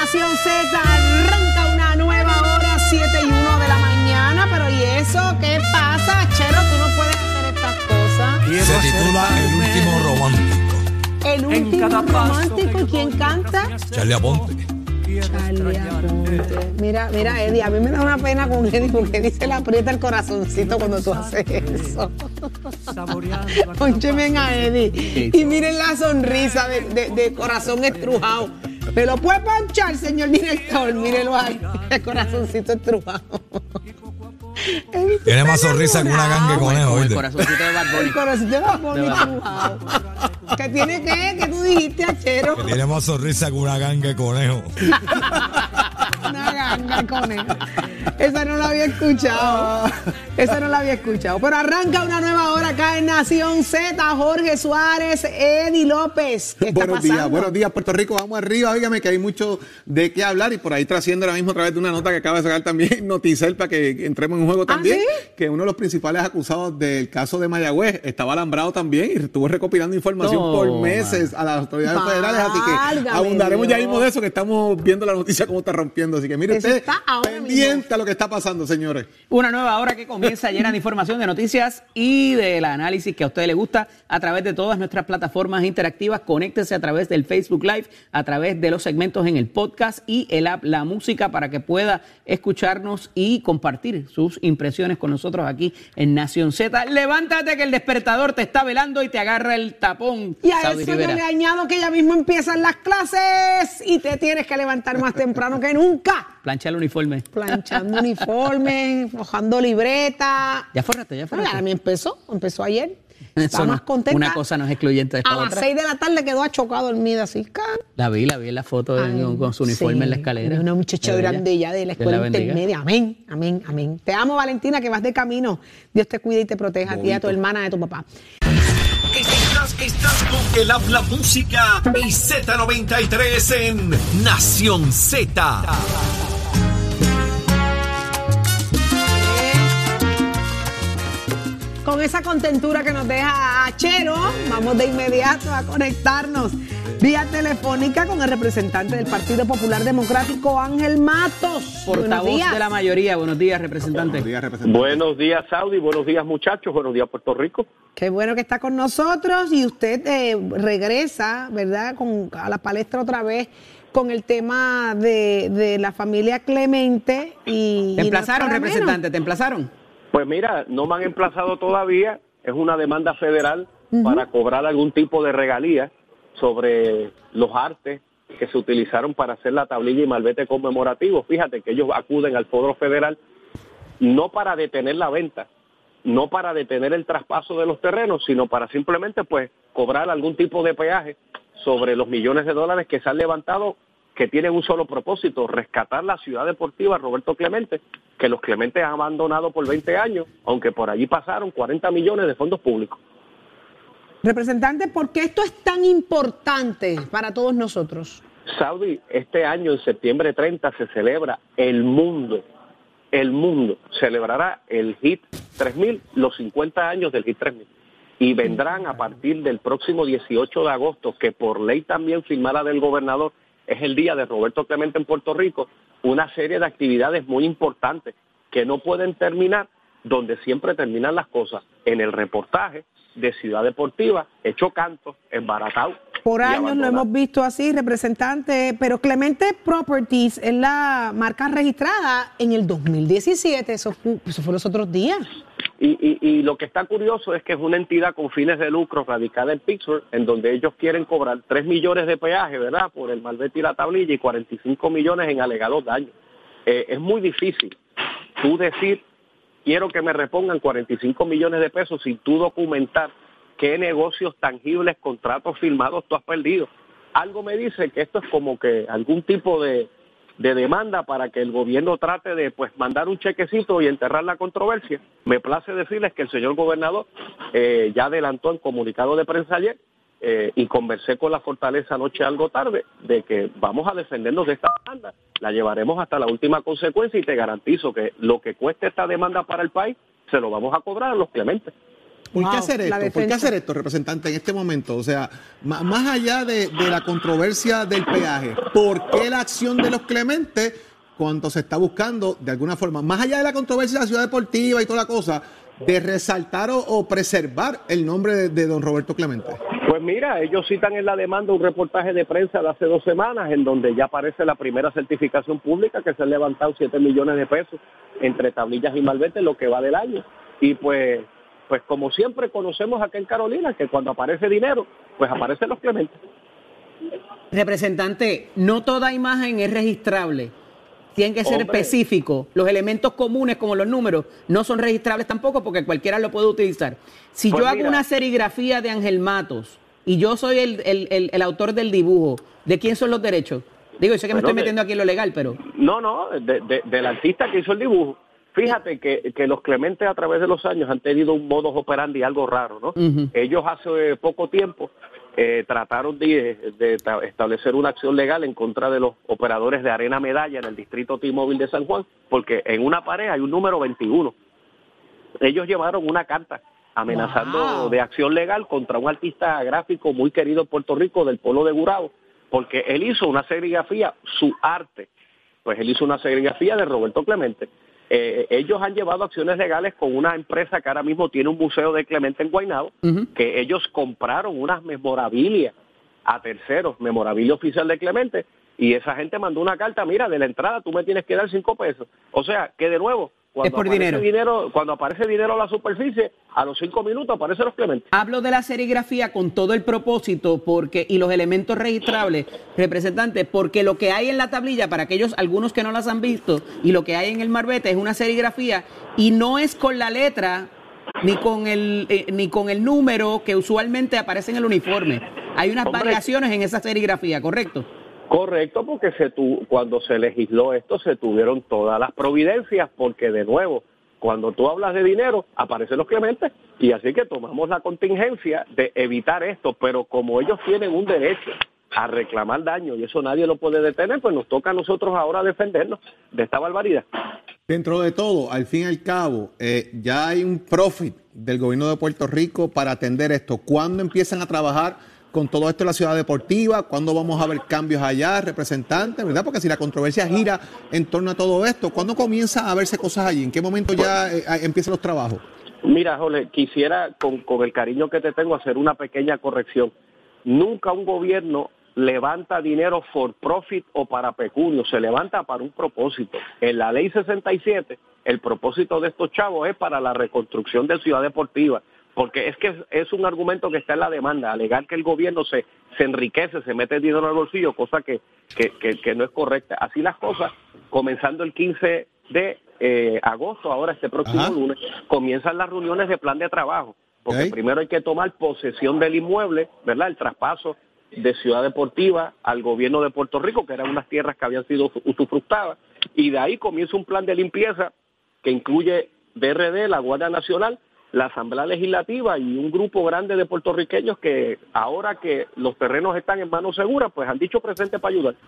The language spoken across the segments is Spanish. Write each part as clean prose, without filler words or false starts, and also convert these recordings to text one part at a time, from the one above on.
Nación Z arranca una nueva hora, 7:01 de la mañana. Pero ¿y eso qué pasa, Chero? Tú no puedes hacer estas cosas. Se titula El último romántico. El último romántico. ¿Y quién canta? Charlie Aponte. Charlie Aponte. Mira, Eddie, a mí me da una pena con Eddie porque Eddie se le aprieta el corazoncito cuando tú haces eso. Póncheme a Eddie. Y miren la sonrisa de corazón estrujado. ¿Me lo puede ponchar, señor director? Mírelo ahí, el corazoncito estrujado. Tiene más sonrisa que una ganga de conejo, ¿oíste? El corazoncito de Bad Bunny. El corazoncito de Bad Bunny estrujado. ¿Qué tiene qué? ¿Qué tú dijiste, Achero? Que tiene más sonrisa que una ganga de conejo. Una ganga de conejo. Esa no la había escuchado. Pero arranca una nueva hora acá en Nación Z. Jorge Suárez, Eddie López. ¿Qué está pasando? Buenos días, Puerto Rico. Vamos arriba. Óigame que hay mucho de qué hablar y por ahí trasciende ahora mismo a través de una nota que acaba de sacar también Noticel para que entremos en un juego también. ¿Sí? Que uno de los principales acusados del caso de Mayagüez estaba alambrado también y estuvo recopilando información por meses a las autoridades federales. Así que abundaremos ya mismo de eso, que estamos viendo la noticia cómo está rompiendo. Así que mire Eso usted, está ahora pendiente mismo a lo que está pasando, señores. Una nueva hora que comienza llena de información, de noticias y del análisis que a usted le gusta a través de todas nuestras plataformas interactivas. Conéctese a través del Facebook Live, a través de los segmentos en el podcast y el app La Música para que pueda escucharnos y compartir sus impresiones con nosotros aquí en Nación Z. Levántate que el despertador te está velando y te agarra el tapón. Y a Saudi eso Rivera. yo le añado que ya mismo empiezan las clases y te tienes que levantar más temprano que nunca. Plancha el uniforme. Planchando uniformes, mojando libreta. Ya forraste. Bueno, a mí empezó ayer. Eso Estaba no- más contenta. Una cosa no es excluyente de esta A las otra. 6 de la tarde quedó achocada dormida así. La vi en la foto con su uniforme en la escalera. Una muchacha Qué bella. grande ya de la escuela Dios la bendiga. intermedia. Amén. Te amo, Valentina, que vas de camino. Dios te cuide y te proteja a ti y a tu hermana y a tu papá. Estás con el habla música y Z93 en Nación Z. Con esa contentura que nos deja Achero, vamos de inmediato a conectarnos vía telefónica con el representante del Partido Popular Democrático, Ángel Matos. Buenos Portavoz días. de la mayoría. Buenos días, representante. Buenos días, Saudi. Buenos días, muchachos. Buenos días, Puerto Rico. Qué bueno que está con nosotros y usted regresa, ¿verdad?, a la palestra otra vez con el tema de la familia Clemente. Y ¿Te no emplazaron, es para representante? menos. ¿Te emplazaron? Pues mira, no me han emplazado todavía. Es una demanda federal para cobrar algún tipo de regalía sobre los artes que se utilizaron para hacer la tablilla y malvete conmemorativo. Fíjate que ellos acuden al Foro Federal no para detener la venta, no para detener el traspaso de los terrenos, sino para simplemente pues cobrar algún tipo de peaje sobre los millones de dólares que se han levantado, que tienen un solo propósito: rescatar la ciudad deportiva Roberto Clemente, que los Clementes han abandonado por 20 años, aunque por allí pasaron 40 millones de fondos públicos. Representante, ¿por qué esto es tan importante para todos nosotros? Saudi, este año, en septiembre 30, se celebra el mundo celebrará el HIT 3000, los 50 años del HIT 3000. Y vendrán a partir del próximo 18 de agosto, que por ley también firmada del gobernador, es el día de Roberto Clemente en Puerto Rico, una serie de actividades muy importantes que no pueden terminar donde siempre terminan las cosas, en el reportaje de Ciudad Deportiva, hecho canto, embaratado. Por y años lo abandonado. hemos visto así, representante, pero Clemente Properties es la marca registrada en el 2017, eso fue los otros días. Y lo que está curioso es que es una entidad con fines de lucro radicada en Pittsburgh, en donde ellos quieren cobrar 3 millones de peaje, ¿verdad?, por el malvete y la tablilla, y 45 millones en alegados daños. Es muy difícil tú decir, quiero que me repongan 45 millones de pesos sin tú documentar qué negocios tangibles, contratos firmados tú has perdido. Algo me dice que esto es como que algún tipo de demanda para que el gobierno trate de pues mandar un chequecito y enterrar la controversia. Me place decirles que el señor gobernador ya adelantó en comunicado de prensa ayer, y conversé con la Fortaleza anoche algo tarde, de que vamos a defendernos de esta demanda, la llevaremos hasta la última consecuencia, y te garantizo que lo que cueste esta demanda para el país se lo vamos a cobrar a los Clementes. ¿Por Wow, qué hacer la esto? ¿Por qué defensa. hacer esto, representante, en este momento? O sea, más allá de la controversia del peaje, ¿por qué la acción de los Clementes cuando se está buscando, de alguna forma, más allá de la controversia de la ciudad deportiva y toda la cosa, de resaltar o preservar el nombre de don Roberto Clemente? Pues mira, ellos citan en la demanda un reportaje de prensa de hace 2 semanas en donde ya aparece la primera certificación pública que se han levantado 7 millones de pesos entre tablillas y malvete en lo que va del año. Y pues como siempre conocemos acá en Carolina, que cuando aparece dinero, pues aparecen los Clementes. Representante, no toda imagen es registrable. Tienen que ser Hombre. específicos. Los elementos comunes, como los números, no son registrables tampoco porque cualquiera lo puede utilizar. Si Pues yo hago mira. una serigrafía de Ángel Matos y yo soy el autor del dibujo, ¿de quién son los derechos? Digo, yo sé que me Bueno, estoy metiendo aquí en lo legal, pero... No, del artista que hizo el dibujo. Fíjate que los Clementes a través de los años han tenido un modus operandi algo raro, ¿no? Ujú. Ellos hace poco tiempo trataron de establecer una acción legal en contra de los operadores de Arena Medalla en el distrito T-Mobile de San Juan, porque en una pared hay un número 21. Ellos llevaron una carta amenazando Wow. de acción legal contra un artista gráfico muy querido en Puerto Rico del pueblo de Gurabo, porque él hizo una serigrafía, su arte, pues él hizo una serigrafía de Roberto Clemente. Ellos han llevado acciones legales con una empresa que ahora mismo tiene un museo de Clemente en Guaynabo, que ellos compraron unas memorabilia a terceros, memorabilia oficial de Clemente, y esa gente mandó una carta, mira, de la entrada tú me tienes que dar 5 pesos. O sea, que de nuevo, Es por dinero. cuando aparece dinero a la superficie, a los 5 minutos aparecen los Clementes. Hablo de la serigrafía con todo el propósito y los elementos registrables, representante, porque lo que hay en la tablilla, para algunos que no las han visto, y lo que hay en el marbete es una serigrafía y no es con la letra ni con el número que usualmente aparece en el uniforme. Hay unas Hombre. variaciones en esa serigrafía, ¿correcto? Correcto, porque cuando se legisló esto se tuvieron todas las providencias, porque de nuevo, cuando tú hablas de dinero, aparecen los Clementes, y así que tomamos la contingencia de evitar esto, pero como ellos tienen un derecho a reclamar daño y eso nadie lo puede detener, pues nos toca a nosotros ahora defendernos de esta barbaridad. Dentro de todo, al fin y al cabo, ya hay un profit del gobierno de Puerto Rico para atender esto. ¿Cuándo empiezan a trabajar con todo esto en la ciudad deportiva? ¿Cuándo vamos a ver cambios allá, representantes? ¿Verdad? Porque si la controversia gira en torno a todo esto, ¿cuándo comienza a verse cosas allí? ¿En qué momento ya empiezan los trabajos? Mira, Jorge, quisiera con el cariño que te tengo hacer una pequeña corrección. Nunca un gobierno levanta dinero for profit o para pecunio, se levanta para un propósito. En la ley 67, el propósito de estos chavos es para la reconstrucción de Ciudad Deportiva, porque es un argumento que está en la demanda, alegar que el gobierno se enriquece, se mete dinero al bolsillo, cosa que no es correcta. Así las cosas, comenzando el 15 de agosto, ahora este próximo lunes, comienzan las reuniones de plan de trabajo, porque primero hay que tomar posesión del inmueble, ¿verdad? El traspaso de Ciudad Deportiva al gobierno de Puerto Rico, que eran unas tierras que habían sido usufructadas, y de ahí comienza un plan de limpieza que incluye DRD, la Guardia Nacional, la Asamblea Legislativa y un grupo grande de puertorriqueños que ahora que los terrenos están en manos seguras, pues han dicho presente para ayudar.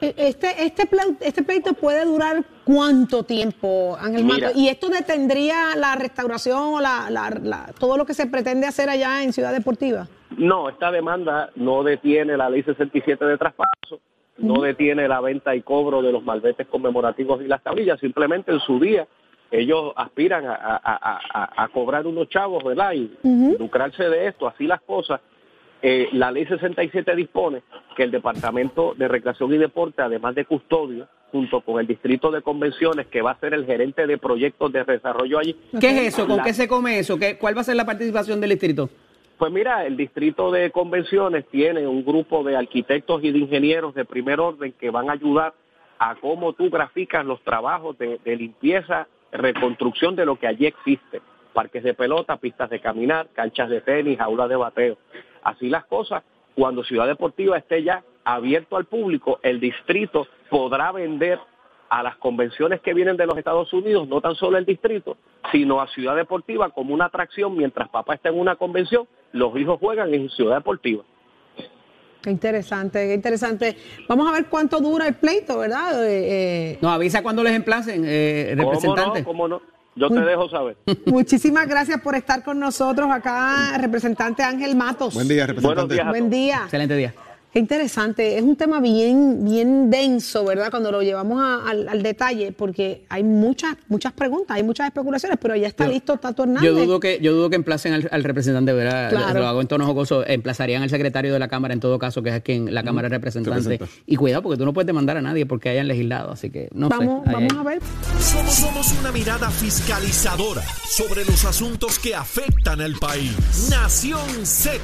Este pleito puede durar ¿cuánto tiempo, Ángel Mira. Mato? ¿Y esto detendría la restauración o todo lo que se pretende hacer allá en Ciudad Deportiva? No, esta demanda no detiene la ley 67 de traspaso, no detiene la venta y cobro de los malvetes conmemorativos y las tablillas, simplemente en su día ellos aspiran a cobrar unos chavos, ¿verdad? Y lucrarse de esto, así las cosas. La ley 67 dispone que el Departamento de Recreación y Deporte, además de custodio, junto con el Distrito de Convenciones, que va a ser el gerente de proyectos de desarrollo allí. ¿Qué es eso? ¿Con qué se come eso? ¿Cuál va a ser la participación del distrito? Pues mira, el Distrito de Convenciones tiene un grupo de arquitectos y de ingenieros de primer orden que van a ayudar a cómo tú graficas los trabajos de limpieza, reconstrucción de lo que allí existe. Parques de pelota, pistas de caminar, canchas de tenis, aulas de bateo. Así las cosas, cuando Ciudad Deportiva esté ya abierto al público, el distrito podrá vender a las convenciones que vienen de los Estados Unidos, no tan solo el distrito, sino a Ciudad Deportiva como una atracción. Mientras papá está en una convención, los hijos juegan en Ciudad Deportiva. Qué interesante, qué interesante. Vamos a ver cuánto dura el pleito, ¿verdad? Nos avisa cuando les emplacen, representante. ¿Cómo no? Yo te dejo saber. Muchísimas gracias por estar con nosotros acá, representante Ángel Matos. Buen día, representante. Buen día. Excelente día. Qué interesante, es un tema bien denso, ¿verdad? Cuando lo llevamos al detalle, porque hay muchas preguntas, hay muchas especulaciones, pero ya está listo Tato Hernández. Yo dudo que emplacen al representante, ¿verdad? Claro. Lo hago en tono jocoso, emplazarían al secretario de la Cámara en todo caso, que es quien la Cámara de Representantes. Y cuidado, porque tú no puedes demandar a nadie porque hayan legislado, así que no sé. Vamos a ver. Somos una mirada fiscalizadora sobre los asuntos que afectan al país. Nación Z.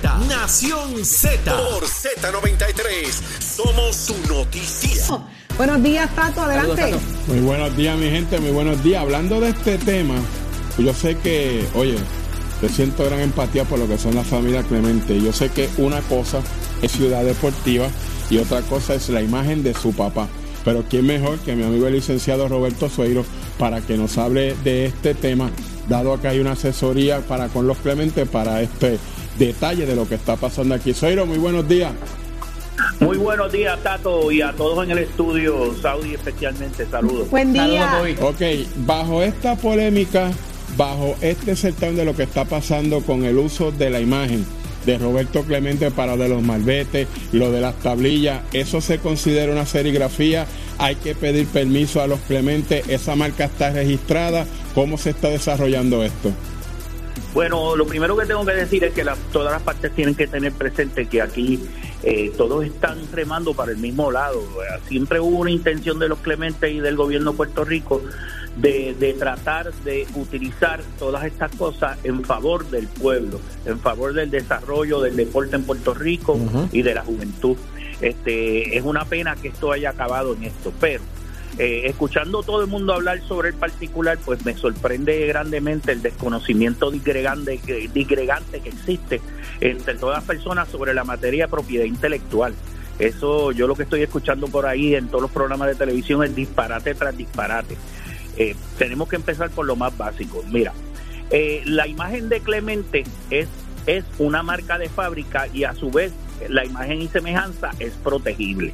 Por Z93. Somos su noticia. Buenos días, Tato, adelante. Saludos, Tato. Muy buenos días, mi gente, muy buenos días. Hablando de este tema, yo sé que, yo siento gran empatía por lo que son las familias Clemente. Yo sé que una cosa es Ciudad Deportiva y otra cosa es la imagen de su papá. Pero quién mejor que mi amigo el licenciado Roberto Sueiro para que nos hable de este tema, dado que hay una asesoría con los Clemente para este detalle de lo que está pasando aquí. Sueiro, muy buenos días. Muy buenos días, Tato, y a todos en el estudio, Saudi especialmente, saludos. Buen día. Saludos, Ok, bajo esta polémica, bajo este certamen de lo que está pasando con el uso de la imagen de Roberto Clemente para de los malbetes, lo de las tablillas, ¿eso se considera una serigrafía? ¿Hay que pedir permiso a los Clemente? ¿Esa marca está registrada? ¿Cómo se está desarrollando esto? Bueno, lo primero que tengo que decir es que todas las partes tienen que tener presente que aquí todos están remando para el mismo lado. Siempre hubo una intención de los Clemente y del gobierno de Puerto Rico de tratar de utilizar todas estas cosas en favor del pueblo, en favor del desarrollo del deporte en Puerto Rico y de la juventud. Es una pena que esto haya acabado en esto, pero escuchando todo el mundo hablar sobre el particular, pues me sorprende grandemente el desconocimiento disgregante que existe entre todas las personas sobre la materia de propiedad intelectual. Eso, yo lo que estoy escuchando por ahí en todos los programas de televisión es disparate tras disparate. Tenemos que empezar por lo más básico. Mira, la imagen de Clemente es una marca de fábrica y a su vez la imagen y semejanza es protegible.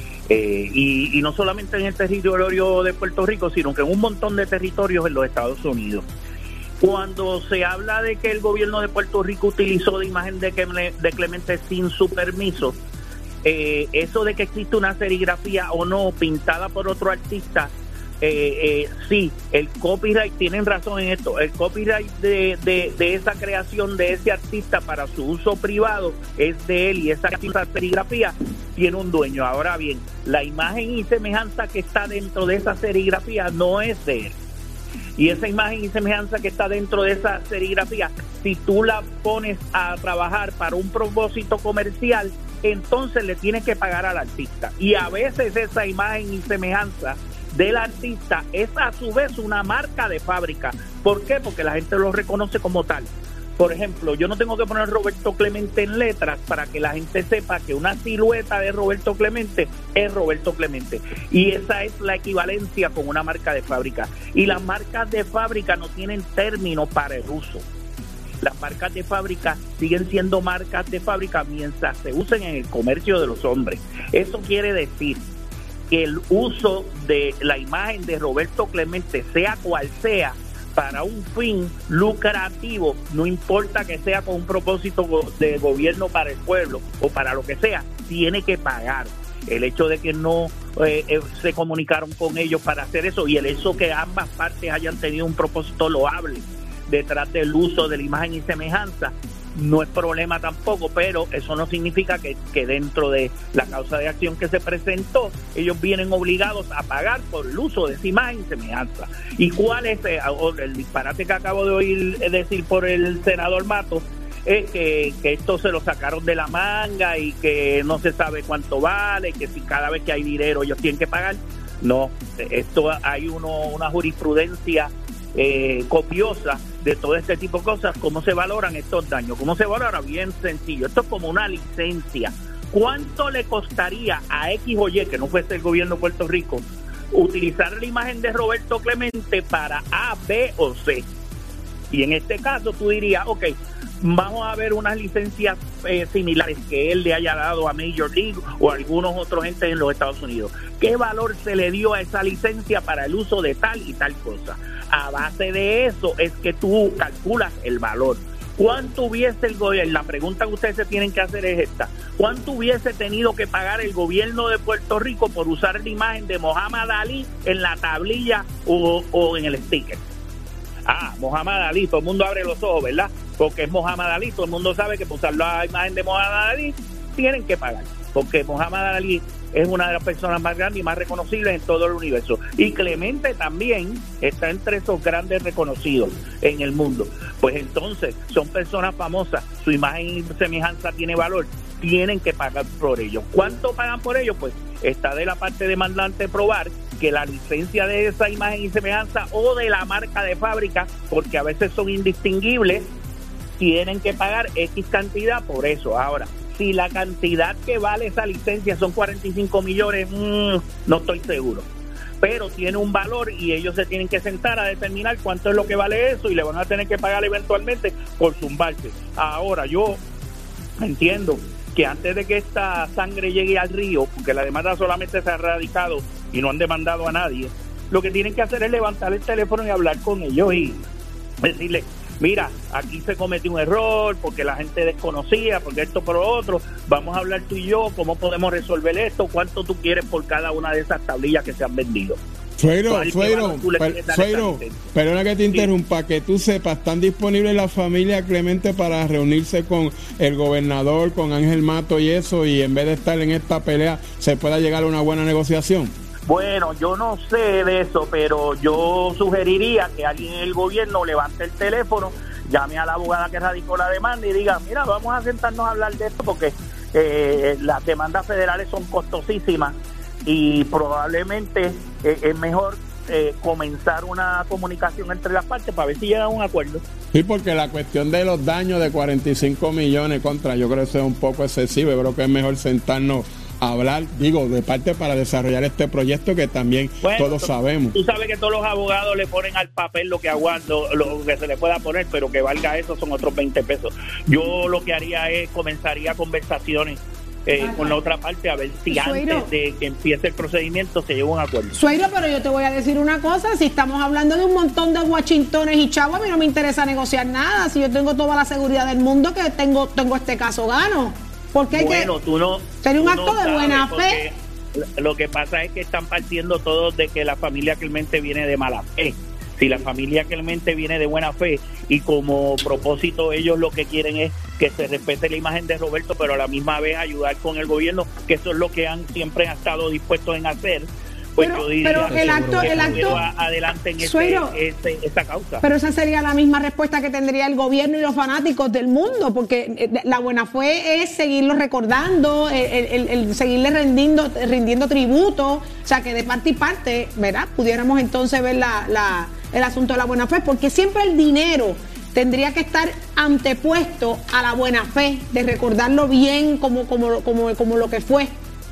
Y no solamente en el territorio de Puerto Rico, sino que en un montón de territorios en los Estados Unidos. Cuando se habla de que el gobierno de Puerto Rico utilizó la imagen de Clemente sin su permiso, eso de que existe una serigrafía o no pintada por otro artista, sí, el copyright, tienen razón en esto, el copyright de esa creación de ese artista para su uso privado es de él y esa serigrafía tiene un dueño. Ahora bien, la imagen y semejanza que está dentro de esa serigrafía no es de él. Y esa imagen y semejanza que está dentro de esa serigrafía, si tú la pones a trabajar para un propósito comercial, entonces le tienes que pagar al artista. Y a veces esa imagen y semejanza del artista es a su vez una marca de fábrica. ¿Por qué? Porque la gente lo reconoce como tal. Por ejemplo, yo no tengo que poner Roberto Clemente en letras para que la gente sepa que una silueta de Roberto Clemente es Roberto Clemente. Y esa es la equivalencia con una marca de fábrica. Y las marcas de fábrica no tienen término para el uso. Las marcas de fábrica siguen siendo marcas de fábrica mientras se usen en el comercio de los hombres. Eso quiere decir que el uso de la imagen de Roberto Clemente, sea cual sea, para un fin lucrativo, no importa que sea con un propósito de gobierno para el pueblo o para lo que sea, tiene que pagar. El hecho de que no se comunicaron con ellos para hacer eso y el hecho que ambas partes hayan tenido un propósito loable detrás del uso de la imagen y semejanza no es problema tampoco, pero eso no significa que dentro de la causa de acción que se presentó, ellos vienen obligados a pagar por el uso de esa imagen y semejanza. ¿Y cuál es el disparate que acabo de oír decir por el senador Matos? Es que esto se lo sacaron de la manga y que no se sabe cuánto vale, que si cada vez que hay dinero ellos tienen que pagar. No, esto hay una jurisprudencia copiosa de todo este tipo de cosas. ¿Cómo se valoran estos daños? ¿Cómo se valora? Bien sencillo, esto es como una licencia. ¿Cuánto le costaría a X o Y, que no fuese el gobierno de Puerto Rico, utilizar la imagen de Roberto Clemente para A, B o C? Y en este caso tú dirías, ok, vamos a ver unas licencias similares que él le haya dado a Major League o a algunos otros entes en los Estados Unidos. ¿Qué valor se le dio a esa licencia para el uso de tal y tal cosa? A base de eso es que tú calculas el valor. ¿Cuánto hubiese el gobierno? La pregunta que ustedes se tienen que hacer es esta. ¿Cuánto hubiese tenido que pagar el gobierno de Puerto Rico por usar la imagen de Muhammad Ali en la tablilla o en el sticker? Muhammad Ali, todo el mundo abre los ojos, ¿verdad? Porque es Muhammad Ali, todo el mundo sabe que por usar la imagen de Muhammad Ali tienen que pagar, porque Muhammad Ali es una de las personas más grandes y más reconocibles en todo el universo. Y Clemente también está entre esos grandes reconocidos en el mundo. Pues entonces, son personas famosas, su imagen y semejanza tiene valor, tienen que pagar por ello. ¿Cuánto pagan por ello? Pues está de la parte demandante probar que la licencia de esa imagen y semejanza o de la marca de fábrica, porque a veces son indistinguibles, tienen que pagar X cantidad por eso. Ahora, si la cantidad que vale esa licencia son 45 millones, no estoy seguro. Pero tiene un valor y ellos se tienen que sentar a determinar cuánto es lo que vale eso y le van a tener que pagar eventualmente por zumbarse. Ahora, yo entiendo que antes de que esta sangre llegue al río, porque la demanda solamente se ha radicado y no han demandado a nadie, lo que tienen que hacer es levantar el teléfono y hablar con ellos y decirle: mira, aquí se cometió un error porque la gente desconocía, porque esto por lo otro, vamos a hablar tú y yo, cómo podemos resolver esto, cuánto tú quieres por cada una de esas tablillas que se han vendido. Suegro, perdona que te interrumpa, que tú sepas, ¿están disponibles la familia Clemente para reunirse con el gobernador, con Ángel Mato y eso, y en vez de estar en esta pelea, se pueda llegar a una buena negociación? Bueno, yo no sé de eso, pero yo sugeriría que alguien en el gobierno levante el teléfono, llame a la abogada que radicó la demanda y diga: mira, vamos a sentarnos a hablar de esto porque las demandas federales son costosísimas y probablemente es mejor comenzar una comunicación entre las partes para ver si llegan a un acuerdo. Sí, porque la cuestión de los daños de 45 millones yo creo que eso es un poco excesivo. Yo creo que es mejor sentarnos a hablar, de parte para desarrollar este proyecto que también todos sabemos. Tú sabes que todos los abogados le ponen al papel lo que se le pueda poner, pero que valga eso son otros 20 pesos. Yo lo que haría es comenzaría conversaciones con la otra parte a ver si antes de que empiece el procedimiento se lleva un acuerdo. Suegro, pero yo te voy a decir una cosa: si estamos hablando de un montón de Washingtones y chavos, a mí no me interesa negociar nada. Si yo tengo toda la seguridad del mundo que tengo este caso gano. Porque hay sería un acto de buena fe. Lo que pasa es que están partiendo todos de que la familia Clemente viene de mala fe. Si la familia Clemente viene de buena fe y como propósito ellos lo que quieren es que se respete la imagen de Roberto, pero a la misma vez ayudar con el gobierno, que eso es lo que siempre han estado dispuestos en hacer, pues yo diría pero el acto adelante en esta causa. Pero esa sería la misma respuesta que tendría el gobierno y los fanáticos del mundo, porque la buena fe es seguirlo recordando, el seguirle rindiendo tributo, o sea que de parte y parte, ¿verdad? Pudiéramos entonces ver el asunto de la buena fe, porque siempre el dinero tendría que estar antepuesto a la buena fe, de recordarlo bien como lo que fue.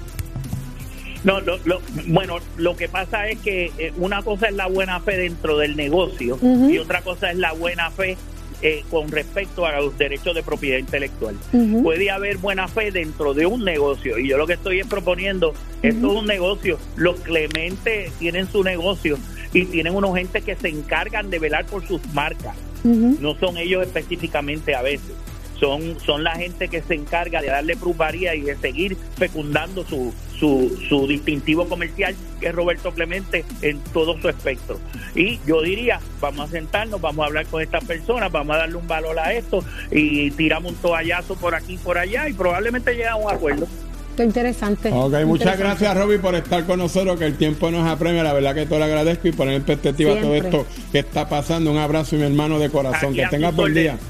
No, lo que pasa es que una cosa es la buena fe dentro del negocio y otra cosa es la buena fe con respecto a los derechos de propiedad intelectual. Puede haber buena fe dentro de un negocio y yo lo que estoy proponiendo, esto es un negocio, los Clemente tienen su negocio y tienen unos gentes que se encargan de velar por sus marcas, no son ellos específicamente a veces. Son la gente que se encarga de darle plusvalía y de seguir fecundando su distintivo comercial, que es Roberto Clemente, en todo su espectro. Y yo diría, vamos a sentarnos, vamos a hablar con estas personas, vamos a darle un valor a esto y tiramos un toallazo por aquí y por allá y probablemente llegamos a un acuerdo. Qué interesante. Ok, muchas gracias, Roby, por estar con nosotros, que el tiempo nos apremia. La verdad que te lo agradezco y poner en perspectiva todo esto que está pasando. Un abrazo, mi hermano de corazón. Aquí que tengas buen día.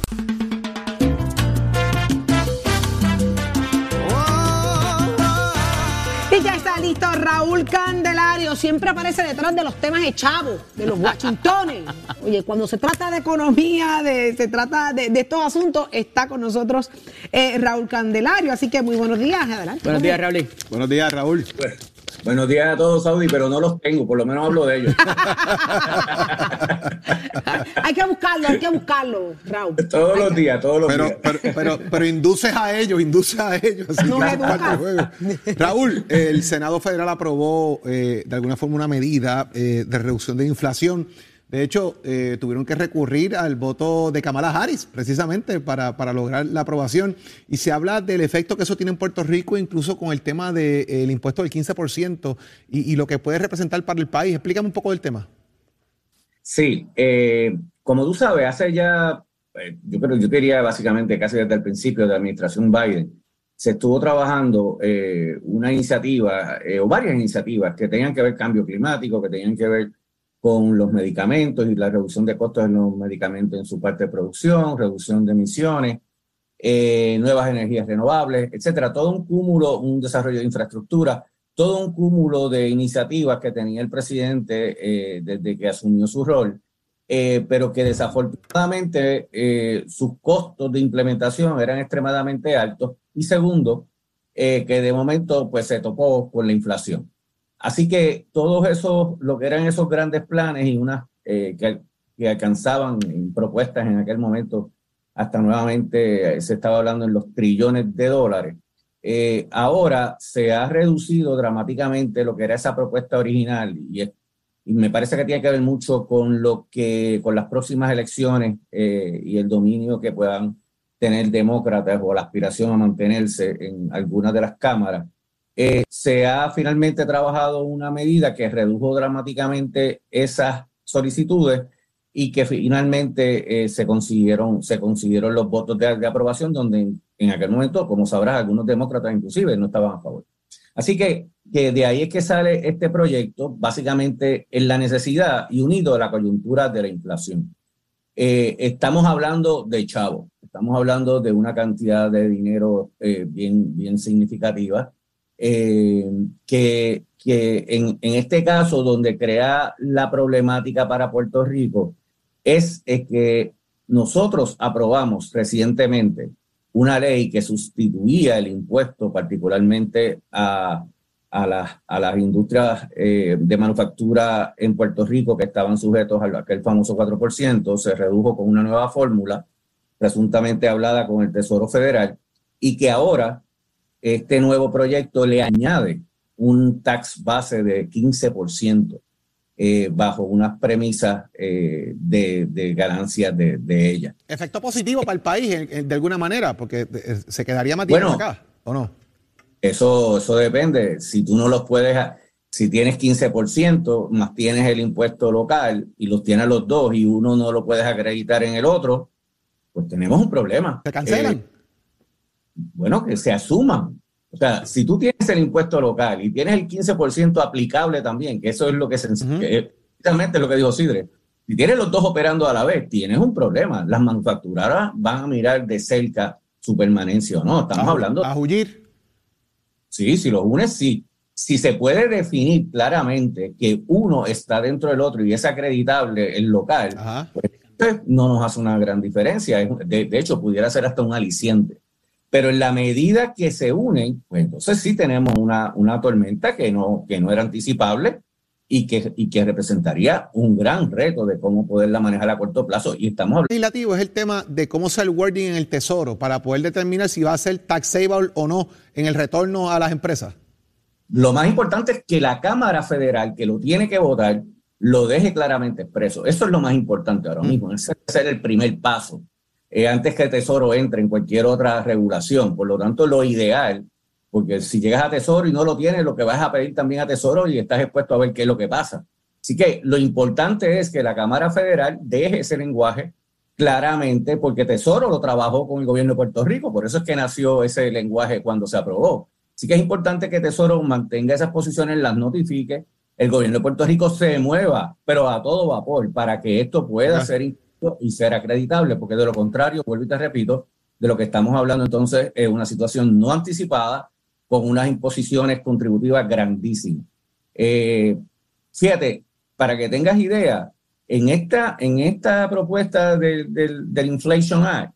Y ya está listo Raúl Candelario, siempre aparece detrás de los temas de chavos, de los Washingtones. Oye, cuando se trata de economía, se trata de estos asuntos, está con nosotros Raúl Candelario. Así que muy buenos días, adelante. Buenos días, Raúl. Buenos días, Raúl. Buenos días a todos, Saudi, pero no los tengo, por lo menos hablo de ellos. Hay que buscarlo, Raúl. Todos los días. Pero induces a ellos. Así No que me educa. juego. Raúl, el Senado Federal aprobó de alguna forma una medida de reducción de inflación. De hecho, tuvieron que recurrir al voto de Kamala Harris, precisamente, para lograr la aprobación. Y se habla del efecto que eso tiene en Puerto Rico, incluso con el tema del impuesto del 15% y lo que puede representar para el país. Explícame un poco del tema. Sí, como tú sabes, hace ya, yo quería básicamente casi desde el principio de la administración Biden, se estuvo trabajando una iniciativa o varias iniciativas que tenían que ver cambio climático, que tenían que ver con los medicamentos y la reducción de costos de los medicamentos en su parte de producción, reducción de emisiones, nuevas energías renovables, etcétera. Todo un cúmulo, un desarrollo de infraestructura, todo un cúmulo de iniciativas que tenía el presidente desde que asumió su rol, pero que desafortunadamente sus costos de implementación eran extremadamente altos. Y segundo, que de momento pues se topó con la inflación. Así que todos esos, lo que eran esos grandes planes y unas que alcanzaban en propuestas en aquel momento, hasta nuevamente se estaba hablando en los trillones de dólares, ahora se ha reducido dramáticamente lo que era esa propuesta original y me parece que tiene que ver mucho con las próximas elecciones y el dominio que puedan tener demócratas o la aspiración a mantenerse en algunas de las cámaras. Se ha finalmente trabajado una medida que redujo dramáticamente esas solicitudes y que finalmente se consiguieron los votos de aprobación, donde en aquel momento, como sabrás, algunos demócratas inclusive no estaban a favor. Así que de ahí es que sale este proyecto, básicamente en la necesidad y unido a la coyuntura de la inflación. Estamos hablando de chavos, estamos hablando de una cantidad de dinero bien significativa, que en este caso donde crea la problemática para Puerto Rico es que nosotros aprobamos recientemente una ley que sustituía el impuesto particularmente a las industrias de manufactura en Puerto Rico que estaban sujetos a aquel famoso 4%, se redujo con una nueva fórmula presuntamente hablada con el Tesoro Federal y que ahora este nuevo proyecto le añade un tax base de 15% bajo unas premisas de ganancias de ella. Efecto positivo para el país de alguna manera, porque se quedaría más dinero acá, ¿o no? Eso depende. Si tú no los puedes, si tienes 15% más tienes el impuesto local y los tienes los dos y uno no lo puedes acreditar en el otro, pues tenemos un problema. ¿Se cancelan? Bueno, que se asuman. O sea, si tú tienes el impuesto local y tienes el 15% aplicable también, que eso es lo que precisamente lo que dijo Sidre, si tienes los dos operando a la vez, tienes un problema. Las manufacturadoras van a mirar de cerca su permanencia o no. Estamos hablando... ¿A huir? Sí, si los unes, sí. Si se puede definir claramente que uno está dentro del otro y es acreditable el local, pues no nos hace una gran diferencia. De hecho, pudiera ser hasta un aliciente. Pero en la medida que se unen, pues entonces sí tenemos una tormenta que no era anticipable y que representaría un gran reto de cómo poderla manejar a corto plazo. Y estamos hablando... El legislativo es el tema de cómo sea el wording en el Tesoro para poder determinar si va a ser taxable o no en el retorno a las empresas. Lo más importante es que la Cámara Federal, que lo tiene que votar, lo deje claramente expreso. Eso es lo más importante ahora mismo. Ese debe ser el primer paso. Antes que el Tesoro entre en cualquier otra regulación. Por lo tanto, lo ideal, porque si llegas a Tesoro y no lo tienes, lo que vas a pedir también a Tesoro y estás expuesto a ver qué es lo que pasa. Así que lo importante es que la Cámara Federal deje ese lenguaje claramente, porque Tesoro lo trabajó con el gobierno de Puerto Rico, por eso es que nació ese lenguaje cuando se aprobó. Así que es importante que Tesoro mantenga esas posiciones, las notifique, el gobierno de Puerto Rico se mueva, pero a todo vapor, para que esto pueda ser y ser acreditable, porque de lo contrario, vuelvo y te repito, de lo que estamos hablando entonces es una situación no anticipada con unas imposiciones contributivas grandísimas. Fíjate, para que tengas idea, en esta propuesta del Inflation Act,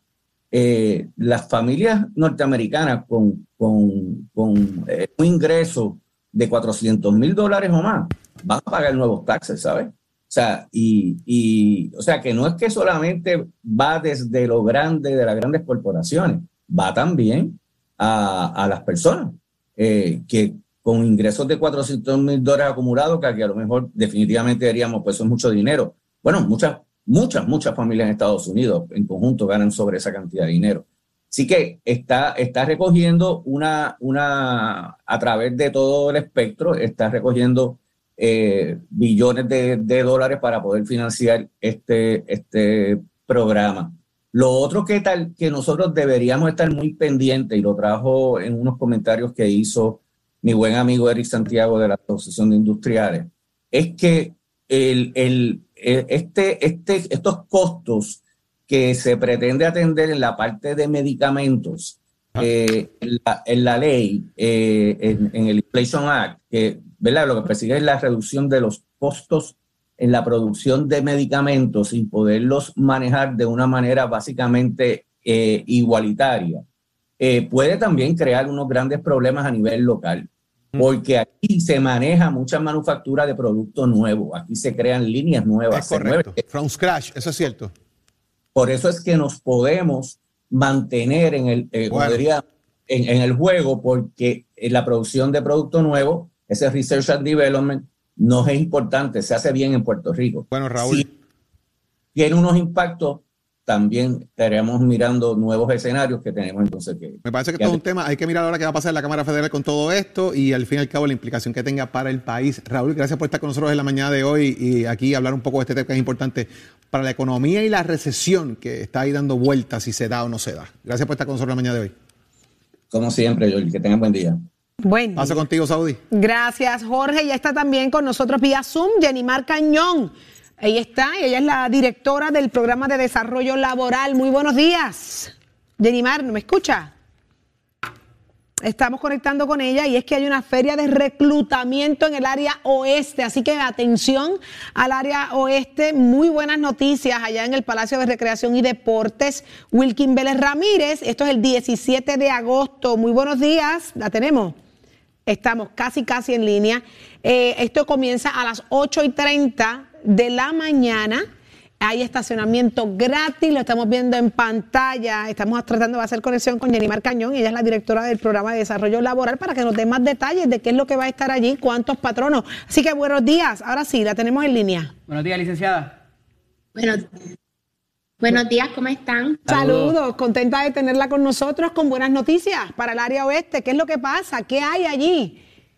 las familias norteamericanas con un ingreso de $400,000 o más van a pagar nuevos taxes, ¿sabes? O sea, o sea, que no es que solamente va desde lo grande de las grandes corporaciones, va también a las personas que con ingresos de $400,000 acumulados, que a lo mejor definitivamente diríamos, pues eso es mucho dinero. Bueno, muchas familias en Estados Unidos en conjunto ganan sobre esa cantidad de dinero. Así que está recogiendo a través de todo el espectro, está recogiendo billones de dólares para poder financiar este programa. Lo otro que nosotros deberíamos estar muy pendientes, y lo trajo en unos comentarios que hizo mi buen amigo Eric Santiago de la Asociación de Industriales, es que estos costos que se pretende atender en la parte de medicamentos, en la ley, en el Inflation Act, que, ¿verdad?, lo que persigue es la reducción de los costos en la producción de medicamentos y poderlos manejar de una manera básicamente igualitaria, puede también crear unos grandes problemas a nivel local, porque aquí se maneja mucha manufactura de productos nuevos, aquí se crean líneas nuevas. Es correcto, from scratch, eso es cierto. Por eso es que nos podemos mantener en el juego, porque la producción de productos nuevos, ese Research and Development, no es importante, se hace bien en Puerto Rico. Bueno, Raúl. Si tiene unos impactos, también estaremos mirando nuevos escenarios que tenemos entonces que... Me parece que esto es un tema, hay que mirar ahora qué va a pasar en la Cámara Federal con todo esto y al fin y al cabo la implicación que tenga para el país. Raúl, gracias por estar con nosotros en la mañana de hoy y aquí hablar un poco de este tema que es importante para la economía y la recesión que está ahí dando vueltas, si se da o no se da. Gracias por estar con nosotros en la mañana de hoy. Como siempre, Joel, que tengan buen día. Buen Paso contigo, Saudi. Gracias, Jorge. Ya está también con nosotros vía Zoom Yenimar Cañón. Ahí está, ella es la directora del Programa de Desarrollo Laboral. Muy buenos días. Yenimar, ¿no me escucha? Estamos conectando con ella y es que hay una feria de reclutamiento en el área oeste, así que atención al área oeste. Muy buenas noticias allá en el Palacio de Recreación y Deportes Wilkin Vélez Ramírez. Esto es el 17 de agosto. Muy buenos días, la tenemos. Estamos casi en línea. Esto comienza a las 8:30 de la mañana. Hay estacionamiento gratis, lo estamos viendo en pantalla. Estamos tratando de hacer conexión con Yenimar Cañón, ella es la directora del Programa de Desarrollo Laboral, para que nos dé más detalles de qué es lo que va a estar allí, cuántos patronos. Así que buenos días, ahora sí, la tenemos en línea. Buenos días, licenciada. Buenos días, ¿cómo están? Saludos, contenta de tenerla con nosotros con buenas noticias para el área oeste. ¿Qué es lo que pasa? ¿Qué hay allí?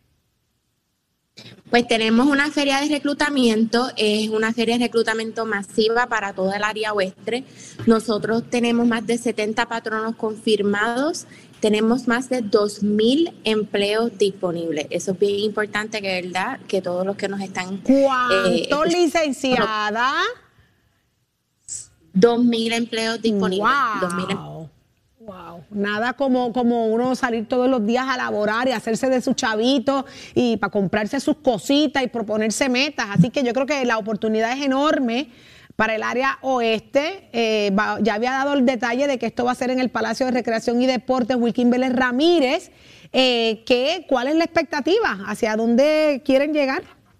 Pues tenemos una feria de reclutamiento, es una feria de reclutamiento masiva para toda el área oeste. Nosotros tenemos más de 70 patronos confirmados, tenemos más de 2,000 empleos disponibles. Eso es bien importante, que verdad, que todos los que nos están... ¿Cuánto, licenciada? 2,000 empleos disponibles. Wow. 2,000 Wow, nada como uno salir todos los días a laborar y hacerse de sus chavitos y para comprarse sus cositas y proponerse metas. Así que yo creo que la oportunidad es enorme para el área oeste. Ya había dado el detalle de que esto va a ser en el Palacio de Recreación y Deportes Wilkin Vélez Ramírez. ¿Cuál es la expectativa? ¿Hacia dónde quieren llegar?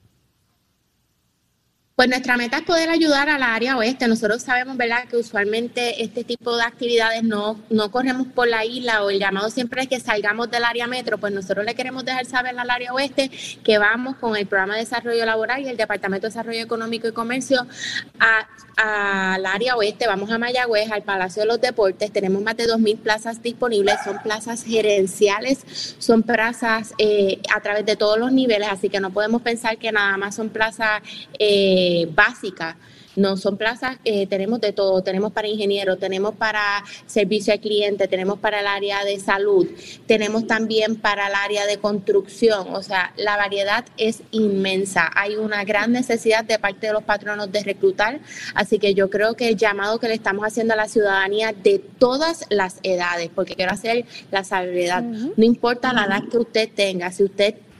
Pues nuestra meta es poder ayudar a la área oeste. Nosotros sabemos, ¿verdad?, que usualmente este tipo de actividades no corremos por la isla, o el llamado siempre es que salgamos del área metro. Pues nosotros le queremos dejar saber al área oeste que vamos con el Programa de Desarrollo Laboral y el Departamento de Desarrollo Económico y Comercio al área oeste. Vamos a Mayagüez, al Palacio de los Deportes. Tenemos más de 2,000 plazas disponibles. Son plazas gerenciales, son plazas a través de todos los niveles, así que no podemos pensar que nada más son plazas básicas. No, son plazas, tenemos de todo, tenemos para ingenieros, tenemos para servicio al cliente, tenemos para el área de salud, tenemos también para el área de construcción. O sea, la variedad es inmensa. Hay una gran necesidad de parte de los patronos de reclutar, así que yo creo que el llamado que le estamos haciendo a la ciudadanía de todas las edades, porque quiero hacer la salvedad, no importa la edad que usted tenga, si usted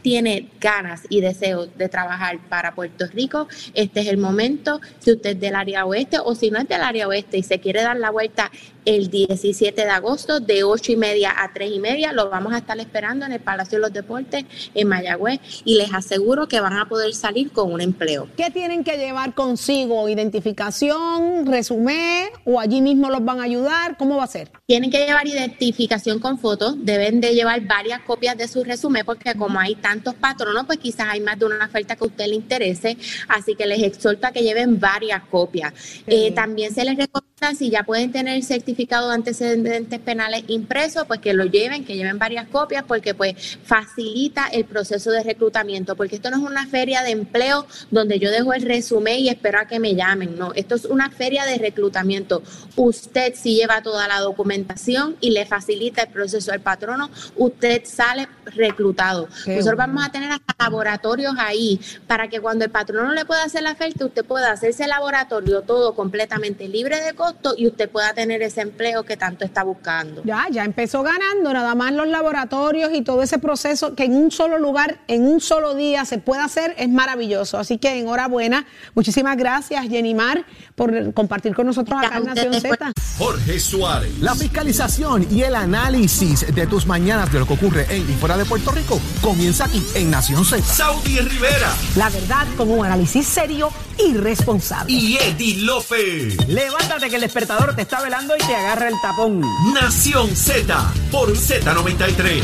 tiene ganas y deseo de trabajar para Puerto Rico, este es el momento. Si usted es del área oeste o si no es del área oeste y se quiere dar la vuelta el 17 de agosto de 8:30 a 3:30, lo vamos a estar esperando en el Palacio de los Deportes en Mayagüez y les aseguro que van a poder salir con un empleo. ¿Qué tienen que llevar consigo? ¿Identificación, resumen o allí mismo los van a ayudar? ¿Cómo va a ser? Tienen que llevar identificación con fotos, deben de llevar varias copias de su resumen porque como hay tantos patronos, pues quizás hay más de una oferta que a usted le interese, así que les exhorto a que lleven varias copias. También se les recomienda, si ya pueden tener certificado de antecedentes penales impreso, pues que lo lleven, que lleven varias copias porque pues facilita el proceso de reclutamiento, porque esto no es una feria de empleo donde yo dejo el resumen y espero a que me llamen, no, esto es una feria de reclutamiento. Usted si lleva toda la documentación y le facilita el proceso al patrono, usted sale reclutado. Nosotros vamos a tener hasta laboratorios ahí para que cuando el patrono le pueda hacer la oferta, usted pueda hacerse el laboratorio todo completamente libre de costo y usted pueda tener ese empleo que tanto está buscando. Ya empezó ganando, nada más los laboratorios y todo ese proceso que en un solo lugar, en un solo día se puede hacer, es maravilloso. Así que enhorabuena. Muchísimas gracias, Yenimar, por compartir con nosotros acá en Nación Z. Jorge Suárez. La fiscalización y el análisis de tus mañanas de lo que ocurre en y fuera de Puerto Rico comienza aquí en Nación Z. Saudi Rivera. La verdad con un análisis serio y responsable. Y Eddie López. Levántate que el despertador te está velando y te agarra el tapón. Nación Z por Z93.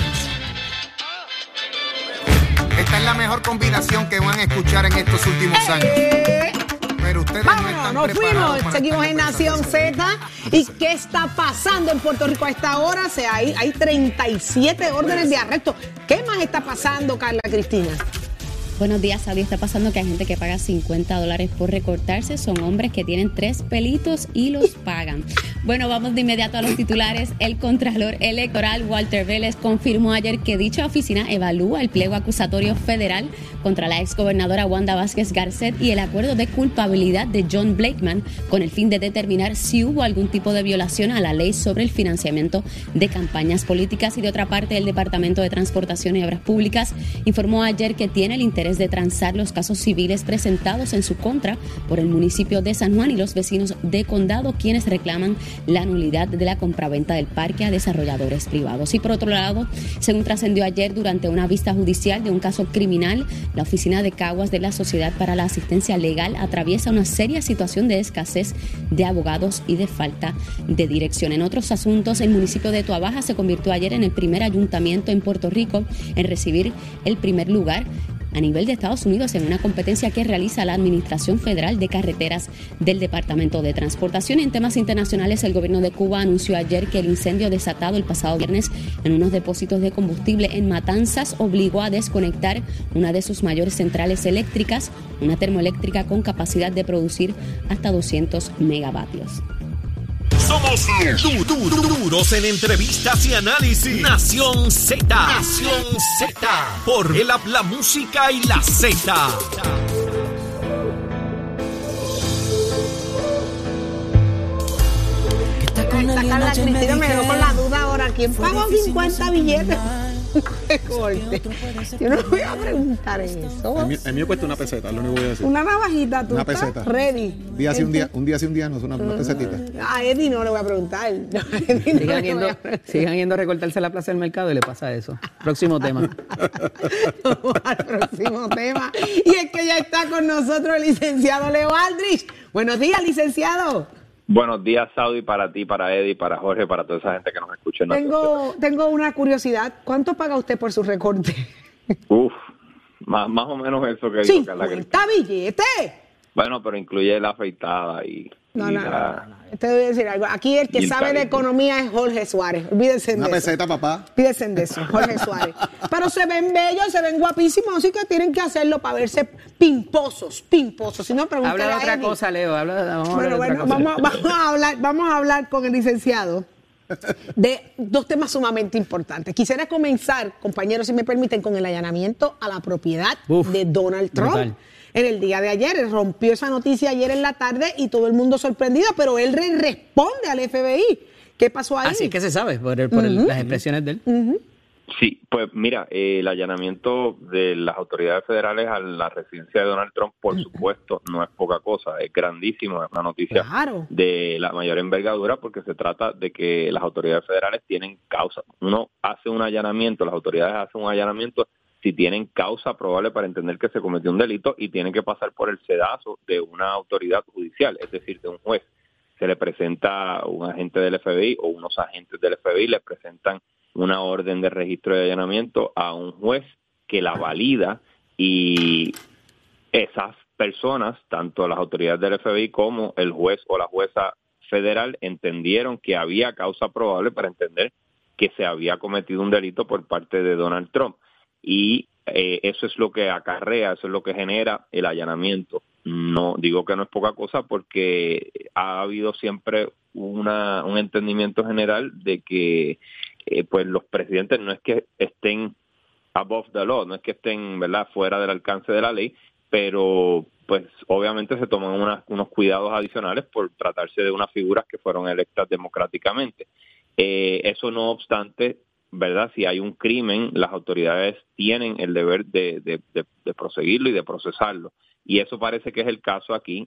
Esta es la mejor combinación que van a escuchar en estos últimos años. Pero ustedes vámonos, no están nos preparados. fuimos, seguimos en Nación Z. ¿Y qué está pasando en Puerto Rico a esta hora? Hay 37 órdenes de arresto. ¿Qué más está pasando, Carla Cristina? Buenos días, Saudi. Está pasando que hay gente que paga $50 por recortarse. Son hombres que tienen 3 pelitos y los pagan. Bueno, vamos de inmediato a los titulares. El Contralor Electoral, Walter Vélez, confirmó ayer que dicha oficina evalúa el pliego acusatorio federal contra la exgobernadora Wanda Vázquez Garcet y el acuerdo de culpabilidad de John Blakeman con el fin de determinar si hubo algún tipo de violación a la ley sobre el financiamiento de campañas políticas. Y de otra parte, el Departamento de Transportación y Obras Públicas informó ayer que tiene el interés de transar los casos civiles presentados en su contra por el municipio de San Juan y los vecinos de Condado, quienes reclaman la nulidad de la compraventa del parque a desarrolladores privados. Y por otro lado, según trascendió ayer durante una vista judicial de un caso criminal, la oficina de Caguas de la Sociedad para la Asistencia Legal atraviesa una seria situación de escasez de abogados y de falta de dirección. En otros asuntos, el municipio de Toabaja se convirtió ayer en el primer ayuntamiento en Puerto Rico en recibir el primer lugar a nivel de Estados Unidos en una competencia que realiza la Administración Federal de Carreteras del Departamento de Transportación. En temas internacionales, el gobierno de Cuba anunció ayer que el incendio desatado el pasado viernes en unos depósitos de combustible en Matanzas obligó a desconectar una de sus mayores centrales eléctricas, una termoeléctrica con capacidad de producir hasta 200 megavatios. Somos duros en entrevistas y análisis. Nación Z. Nación Z. Por el app, la música y la Z. Esta Carla Cristina me quedó con la duda ahora. ¿Quién pagó 50 billetes? Corte. Yo no voy a preguntar eso. El mío cuesta una peseta, lo único que voy a decir. Una navajita, tú una estás peseta. Ready. Un día sí, un día no, es una pesetita. A Eddie no le voy a preguntar. Sigan yendo a recortarse a la plaza del mercado y le pasa eso. Próximo tema. Vamos al próximo tema. Y es que ya está con nosotros el licenciado Leo Aldrich. Buenos días, licenciado. Buenos días, Saudi, para ti, para Eddie, para Jorge, para toda esa gente que nos escucha. Tengo una curiosidad. ¿Cuánto paga usted por su recorte? Más o menos eso que dijo Carla. ¿50 billetes? Bueno, pero incluye la afeitada y... No. Te voy a decir algo. Aquí el que sabe de economía es Jorge Suárez. Olvídense de eso. Una peseta, papá. Olvídense de eso, Jorge Suárez. Pero se ven bellos, se ven guapísimos, así que tienen que hacerlo para verse pimposos. Si no, pregúntale habla de a otra Eddie. cosa, Leo. Vamos a hablar con el licenciado de dos temas sumamente importantes. Quisiera comenzar, compañeros, si me permiten, con el allanamiento a la propiedad de Donald Trump. Brutal. En el día de ayer, él rompió esa noticia ayer en la tarde y todo el mundo sorprendido, pero él responde al FBI. ¿Qué pasó ahí? Así que se sabe por las expresiones de él. Sí, pues mira, el allanamiento de las autoridades federales a la residencia de Donald Trump, por supuesto, no es poca cosa, es grandísimo, es una noticia de la mayor envergadura porque se trata de que las autoridades federales tienen causa. Uno hace un allanamiento, las autoridades hacen un allanamiento si tienen causa probable para entender que se cometió un delito y tienen que pasar por el sedazo de una autoridad judicial, es decir, de un juez. Se le presenta un agente del FBI o unos agentes del FBI, le presentan una orden de registro de allanamiento a un juez que la valida y esas personas, tanto las autoridades del FBI como el juez o la jueza federal, entendieron que había causa probable para entender que se había cometido un delito por parte de Donald Trump. Y eso es lo que acarrea, eso es lo que genera el allanamiento. No digo que no es poca cosa porque ha habido siempre un entendimiento general de que pues los presidentes no es que estén above the law, no es que estén, ¿verdad?, fuera del alcance de la ley, pero pues obviamente se toman unos cuidados adicionales por tratarse de unas figuras que fueron electas democráticamente. Eso no obstante, ¿verdad?, si hay un crimen, las autoridades tienen el deber de proseguirlo y de procesarlo. Y eso parece que es el caso aquí.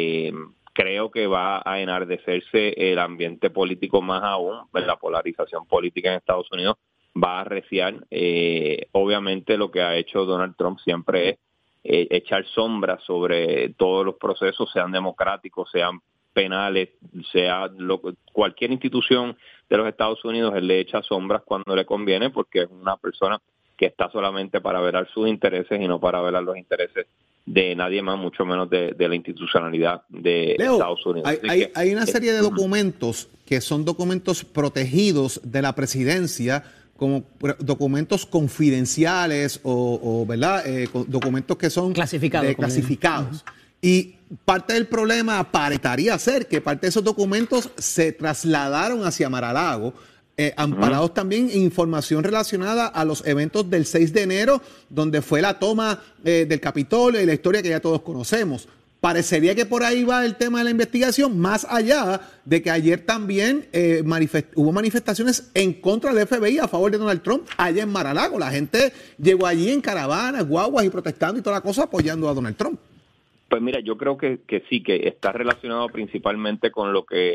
Creo que va a enardecerse el ambiente político más aún, la polarización política en Estados Unidos va a arreciar. Obviamente lo que ha hecho Donald Trump siempre es echar sombra sobre todos los procesos, sean democráticos, sean penales, cualquier institución de los Estados Unidos, él le echa sombras cuando le conviene porque es una persona que está solamente para velar sus intereses y no para velar los intereses de nadie más, mucho menos de la institucionalidad de Leo, Estados Unidos. Hay una serie de documentos que son documentos protegidos de la presidencia, como documentos confidenciales o ¿verdad? Documentos que son clasificados. Y parte del problema aparentaría ser que parte de esos documentos se trasladaron hacia Mar-a-Lago, amparados también en información relacionada a los eventos del 6 de enero, donde fue la toma del Capitolio y la historia que ya todos conocemos. Parecería que por ahí va el tema de la investigación, más allá de que ayer también hubo manifestaciones en contra del FBI a favor de Donald Trump allá en Mar-a-Lago. La gente llegó allí en caravanas, guaguas y protestando y toda la cosa apoyando a Donald Trump. Pues mira, yo creo que sí, que está relacionado principalmente con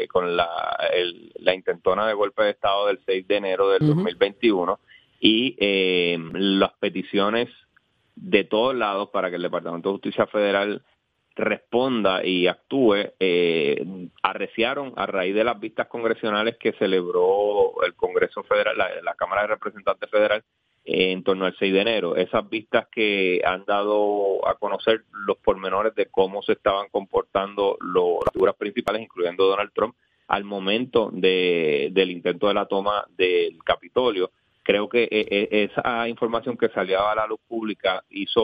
la intentona de golpe de Estado del 6 de enero del 2021 y las peticiones de todos lados para que el Departamento de Justicia Federal responda y actúe, arreciaron a raíz de las vistas congresionales que celebró el Congreso Federal, la Cámara de Representantes Federal, en torno al 6 de enero. Esas vistas que han dado a conocer los pormenores de cómo se estaban comportando las figuras principales, incluyendo Donald Trump, al momento del intento de la toma del Capitolio. Creo que esa información que salió a la luz pública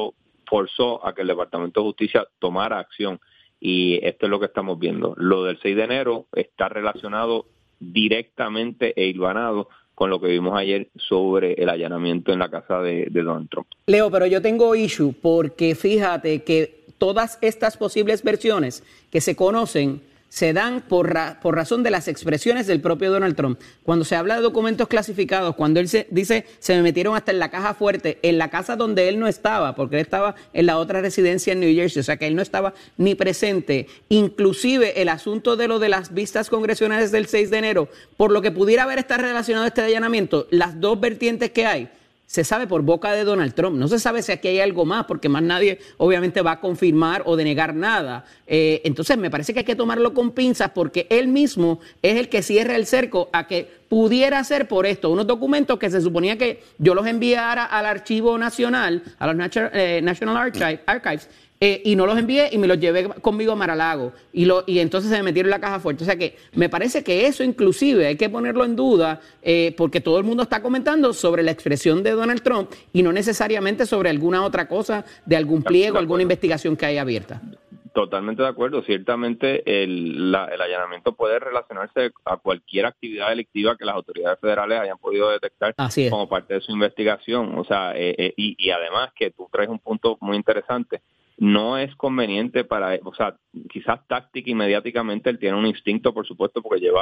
forzó a que el Departamento de Justicia tomara acción, y esto es lo que estamos viendo. Lo del 6 de enero está relacionado directamente e hilvanado con lo que vimos ayer sobre el allanamiento en la casa de Donald Trump. Leo, pero yo tengo issue porque fíjate que todas estas posibles versiones que se conocen se dan por razón de las expresiones del propio Donald Trump. Cuando se habla de documentos clasificados, cuando él dice se me metieron hasta en la caja fuerte, en la casa donde él no estaba, porque él estaba en la otra residencia en New Jersey, o sea que él no estaba ni presente. Inclusive el asunto de lo de las vistas congresionales del 6 de enero, por lo que pudiera haber estado relacionado a este allanamiento, las dos vertientes que hay, se sabe por boca de Donald Trump. No se sabe si aquí hay algo más, porque más nadie obviamente va a confirmar o denegar nada. Entonces me parece que hay que tomarlo con pinzas porque él mismo es el que cierra el cerco a que pudiera ser por esto. Unos documentos que se suponía que yo los enviara al Archivo Nacional, a los National Archives, y no los envié y me los llevé conmigo a Mar-a-Lago y entonces se me metieron en la caja fuerte. O sea que me parece que eso inclusive hay que ponerlo en duda porque todo el mundo está comentando sobre la expresión de Donald Trump y no necesariamente sobre alguna otra cosa de algún pliego, alguna investigación que haya abierta. Totalmente de acuerdo. Ciertamente el allanamiento puede relacionarse a cualquier actividad delictiva que las autoridades federales hayan podido detectar como parte de su investigación. O sea, y además que tú traes un punto muy interesante. No es conveniente quizás táctica y mediáticamente él tiene un instinto, por supuesto, porque lleva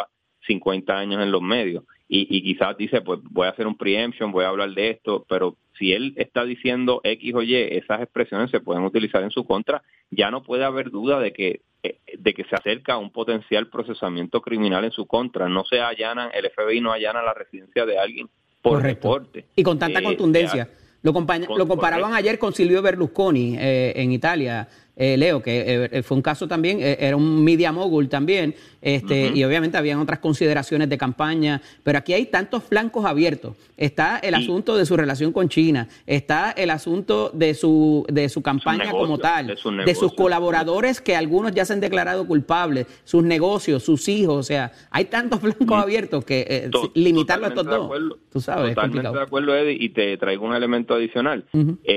50 años en los medios. Y quizás dice, pues voy a hacer un preemption, voy a hablar de esto, pero si él está diciendo X o Y, esas expresiones se pueden utilizar en su contra. Ya no puede haber duda de que se acerca a un potencial procesamiento criminal en su contra. No se allanan, el FBI no allana la residencia de alguien por reporte. Y con tanta contundencia. Lo comparaban ayer con Silvio Berlusconi en Italia, Leo, que fue un caso también, era un media mogul también, y obviamente habían otras consideraciones de campaña, pero aquí hay tantos flancos abiertos. Está el asunto de su relación con China, está el asunto de su campaña como tal, de sus colaboradores que algunos ya se han declarado culpables, sus negocios, sus hijos, o sea, hay tantos flancos abiertos que limitarlo a estos dos, tú sabes, totalmente de acuerdo, Eddie, y te traigo un elemento adicional.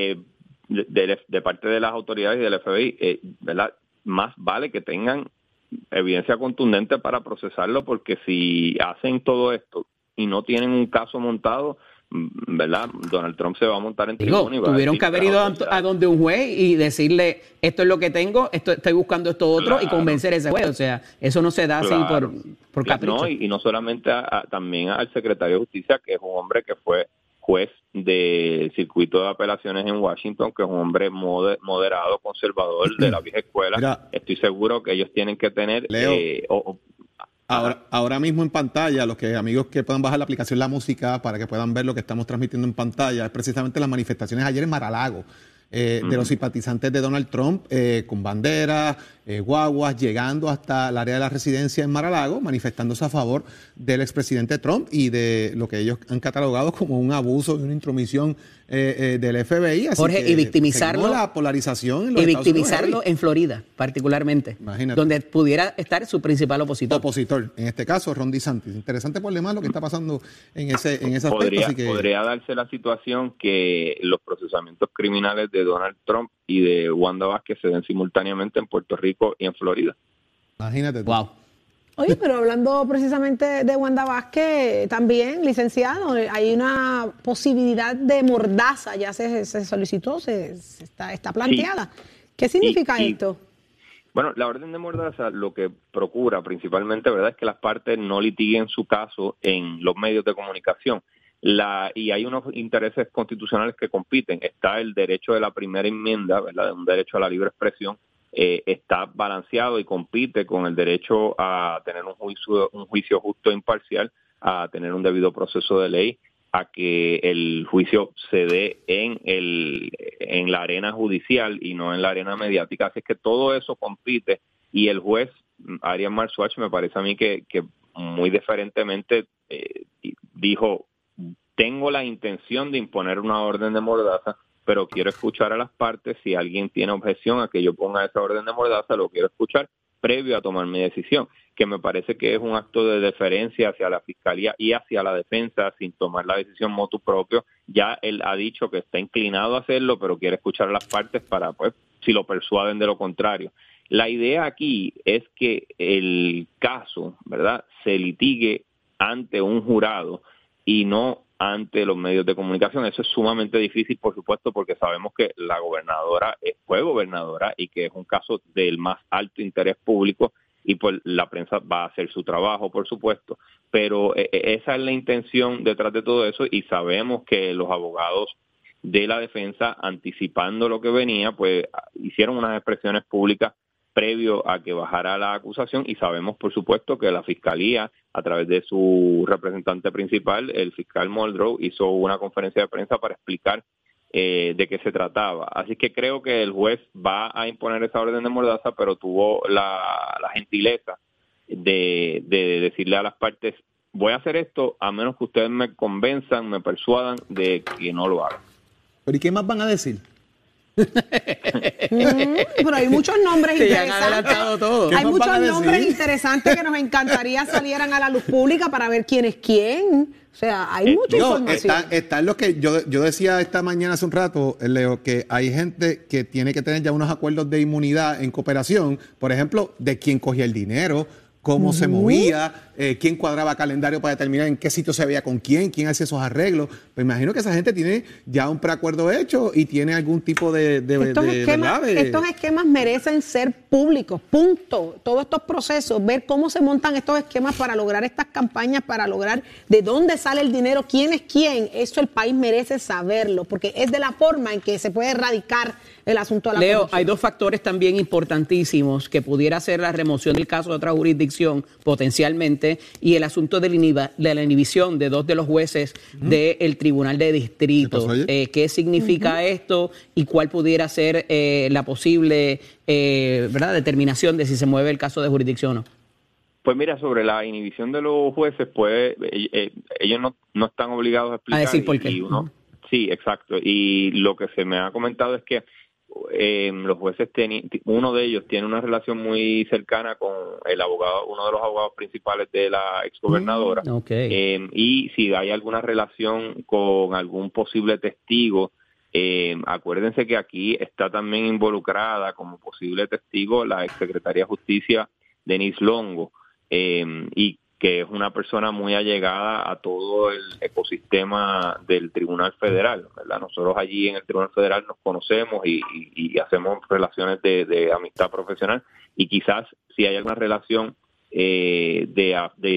De parte de las autoridades y del FBI, ¿verdad? Más vale que tengan evidencia contundente para procesarlo, porque si hacen todo esto y no tienen un caso montado, ¿verdad? Donald Trump se va a montar en tribuna. Tuvieron que haber ido a donde un juez y decirle, esto es lo que tengo, estoy buscando esto otro, y convencer a ese juez. O sea, eso no se da así por capricho. No, y no solamente también al secretario de Justicia, que es un hombre que fue juez del circuito de apelaciones en Washington, que es un hombre moderado, conservador, de la vieja escuela. Mira, estoy seguro que ellos tienen que tener... Leo, ahora mismo en pantalla, los amigos que puedan bajar la aplicación La Música para que puedan ver lo que estamos transmitiendo en pantalla, es precisamente las manifestaciones ayer en Mar-a-Lago. De los simpatizantes de Donald Trump, con banderas, guaguas, llegando hasta el área de la residencia en Mar-a-Lago, manifestándose a favor del expresidente Trump y de lo que ellos han catalogado como un abuso y una intromisión del FBI. Así Jorge, que y victimizarlo, la polarización en los y victimizarlo en Florida, particularmente. Imagínate. Donde pudiera estar su principal opositor. En este caso, Ron DeSantis. Interesante por demás lo que está pasando en ese aspecto. Así que... Podría darse la situación que los procesamientos criminales de Donald Trump y de Wanda Vázquez se den simultáneamente en Puerto Rico y en Florida. Imagínate. Wow. Oye, pero hablando precisamente de Wanda Vázquez, también, licenciado, hay una posibilidad de mordaza, ya se solicitó, está planteada. Sí. ¿Qué significa esto? Bueno, la orden de mordaza lo que procura principalmente, ¿verdad?, es que las partes no litiguen su caso en los medios de comunicación. Y hay unos intereses constitucionales que compiten. Está el derecho de la primera enmienda, ¿verdad?, un derecho a la libre expresión. Está balanceado y compite con el derecho a tener un juicio justo e imparcial, a tener un debido proceso de ley, a que el juicio se dé en la arena judicial y no en la arena mediática. Así que todo eso compite, y el juez Arian Marswatch, me parece a mí que muy diferentemente dijo: tengo la intención de imponer una orden de mordaza, pero quiero escuchar a las partes. Si alguien tiene objeción a que yo ponga esa orden de mordaza, lo quiero escuchar previo a tomar mi decisión, que me parece que es un acto de deferencia hacia la Fiscalía y hacia la defensa, sin tomar la decisión motu propio. Ya él ha dicho que está inclinado a hacerlo, pero quiere escuchar a las partes para, pues, si lo persuaden de lo contrario. La idea aquí es que el caso, ¿verdad?, se litigue ante un jurado y no ante los medios de comunicación. Eso es sumamente difícil, por supuesto, porque sabemos que la gobernadora fue gobernadora y que es un caso del más alto interés público, y pues la prensa va a hacer su trabajo, por supuesto, pero esa es la intención detrás de todo eso, y sabemos que los abogados de la defensa, anticipando lo que venía, pues hicieron unas expresiones públicas previo a que bajara la acusación, y sabemos, por supuesto, que la Fiscalía, a través de su representante principal, el fiscal Muldrow, hizo una conferencia de prensa para explicar de qué se trataba. Así que creo que el juez va a imponer esa orden de mordaza, pero tuvo la gentileza de decirle a las partes: voy a hacer esto a menos que ustedes me convenzan, me persuadan de que no lo hagan. ¿Pero y qué más van a decir? Pero hay muchos nombres interesantes. Hay muchos nombres interesantes que nos encantaría salieran a la luz pública para ver quién es quién. O sea, hay mucha información. Está lo que yo decía esta mañana hace un rato, Leo, que hay gente que tiene que tener ya unos acuerdos de inmunidad en cooperación, por ejemplo, de quién cogía el dinero, cómo se movía, quién cuadraba calendario para determinar en qué sitio se veía con quién hacía esos arreglos. Pues imagino que esa gente tiene ya un preacuerdo hecho y tiene algún tipo de estos esquemas merecen ser públicos, punto. Todos estos procesos, ver cómo se montan estos esquemas para lograr estas campañas, para lograr de dónde sale el dinero, quién es quién, eso el país merece saberlo, porque es de la forma en que se puede erradicar el asunto de la corrupción. Hay dos factores también importantísimos que pudiera ser la remoción del caso de otra jurisdicción potencialmente y el asunto de la inhibición de 2 de los jueces del Tribunal de Distrito. ¿Qué significa esto y cuál pudiera ser la posible determinación de si se mueve el caso de jurisdicción o no? Pues mira, sobre la inhibición de los jueces, pues ellos no están obligados a explicar. A decir por qué. Sí, exacto. Y lo que se me ha comentado es que los jueces, uno de ellos tiene una relación muy cercana con el abogado, uno de los abogados principales de la exgobernadora. Y si hay alguna relación con algún posible testigo, acuérdense que aquí está también involucrada como posible testigo la exsecretaria de Justicia, Denise Longo, y que es una persona muy allegada a todo el ecosistema del Tribunal Federal, ¿verdad? Nosotros allí en el Tribunal Federal nos conocemos y hacemos relaciones de amistad profesional, y quizás si hay alguna relación de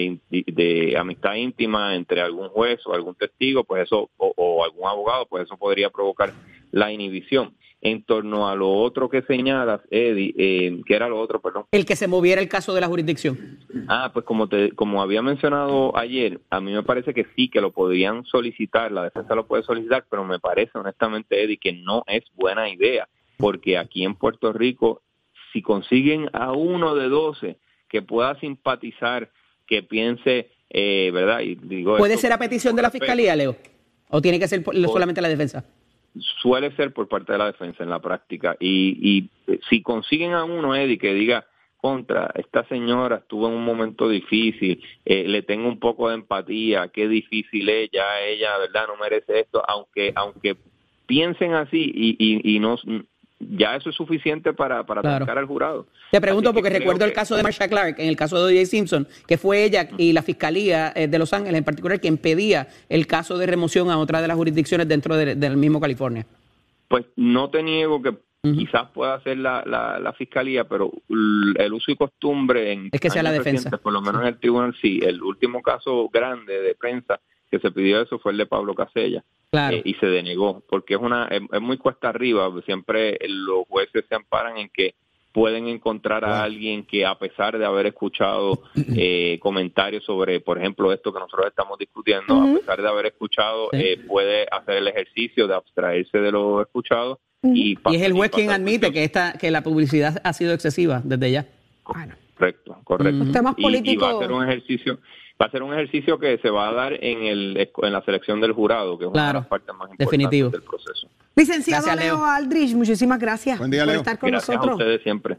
amistad íntima entre algún juez o algún testigo, pues eso, o algún abogado, pues eso podría provocar la inhibición. En torno a lo otro que señalas, Eddie, ¿qué era lo otro, perdón? El que se moviera el caso de la jurisdicción. Pues como había mencionado ayer, a mí me parece que sí, que lo podrían solicitar, la defensa lo puede solicitar, pero me parece honestamente, Eddie, que no es buena idea, porque aquí en Puerto Rico, si consiguen a uno de 12 que pueda simpatizar, que piense, ¿verdad? Y digo, ¿puede ser a petición de la Fiscalía, Leo? ¿O tiene que ser solamente la defensa? Suele ser por parte de la defensa en la práctica, y si consiguen a uno, Eddie, que diga, contra, esta señora estuvo en un momento difícil, le tengo un poco de empatía, qué difícil es, ya ella, ¿verdad?, no merece esto, aunque piensen así y no, ya eso es suficiente para atacar al jurado. Te pregunto porque recuerdo el caso de Marsha Clark, en el caso de O.J. Simpson, que fue ella y la Fiscalía de Los Ángeles en particular quien pedía el caso de remoción a otra de las jurisdicciones dentro del mismo California. Pues no te niego que quizás pueda ser la Fiscalía, pero el uso y costumbre es que sea la defensa. Por lo menos en el tribunal sí. El último caso grande de prensa que se pidió eso fue el de Pablo Casella. Claro. Y se denegó, porque es muy cuesta arriba. Siempre los jueces se amparan en que pueden encontrar a alguien que, a pesar de haber escuchado comentarios sobre, por ejemplo, esto que nosotros estamos discutiendo, a pesar de haber escuchado, puede hacer el ejercicio de abstraerse de lo escuchado. Y es el juez quien admite que la publicidad ha sido excesiva desde ya. Correcto. Los temas políticos. Y va a ser un ejercicio. Va a ser un ejercicio que se va a dar en la selección del jurado, que es una de las partes más importantes del proceso. Licenciado Leo Aldrich, muchísimas gracias por estar con nosotros. Gracias a ustedes siempre.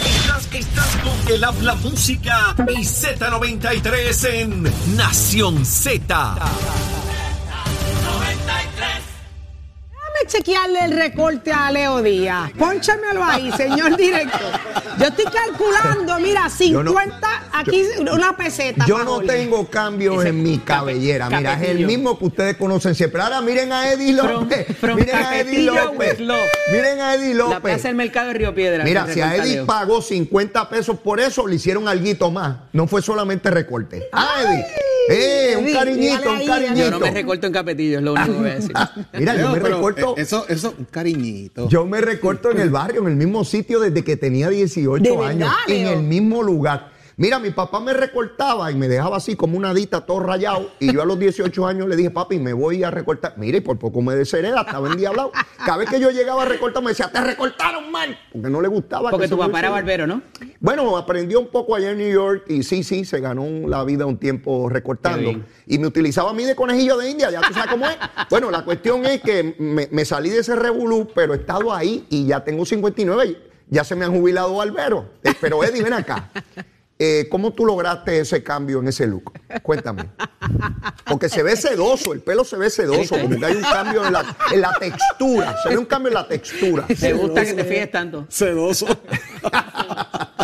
Estás con el Habla Música y Z93 en Nación Z. Chequearle el recorte a Leo Díaz. Pónchamelo ahí, señor director. Yo estoy calculando, mira, 50, aquí una peseta. Yo no tengo cambios en mi cabellera. Mira, es el mismo que ustedes conocen siempre. Ahora miren a Eddie López. Miren a Eddie López. Miren a Eddie López. La plaza del mercado de Río Piedra. Mira, si a Eddie pagó 50 pesos por eso, le hicieron alguito más. No fue solamente recorte. Eddie. Un cariñito, un cariñito. Yo no me recorto en capetillo, es lo único que voy a decir. Mira, yo me recorto. Eso, un cariñito. Yo me recorto en el barrio, en el mismo sitio desde que tenía 18 años. En el mismo lugar. Mira, mi papá me recortaba y me dejaba así como una dita, todo rayado. Y yo a los 18 años le dije, papi, me voy a recortar. Mira, y por poco me deshereda, estaba endiablado. Cada vez que yo llegaba a recortar me decía, te recortaron mal. Porque no le gustaba. Porque tu papá era barbero, ¿no? Bueno, aprendió un poco allá en New York y sí, se ganó la vida un tiempo recortando. Y me utilizaba a mí de conejillo de India, ya tú sabes cómo es. Bueno, la cuestión es que me salí de ese revolú, pero he estado ahí y ya tengo 59. Ya se me han jubilado barberos. Pero Eddie, ven acá. ¿Cómo tú lograste ese cambio en ese look? Cuéntame. Porque se ve sedoso, el pelo se ve sedoso, como que hay un cambio en la textura. Se ve un cambio en la textura. ¿Te gusta que te fijes tanto? Sedoso.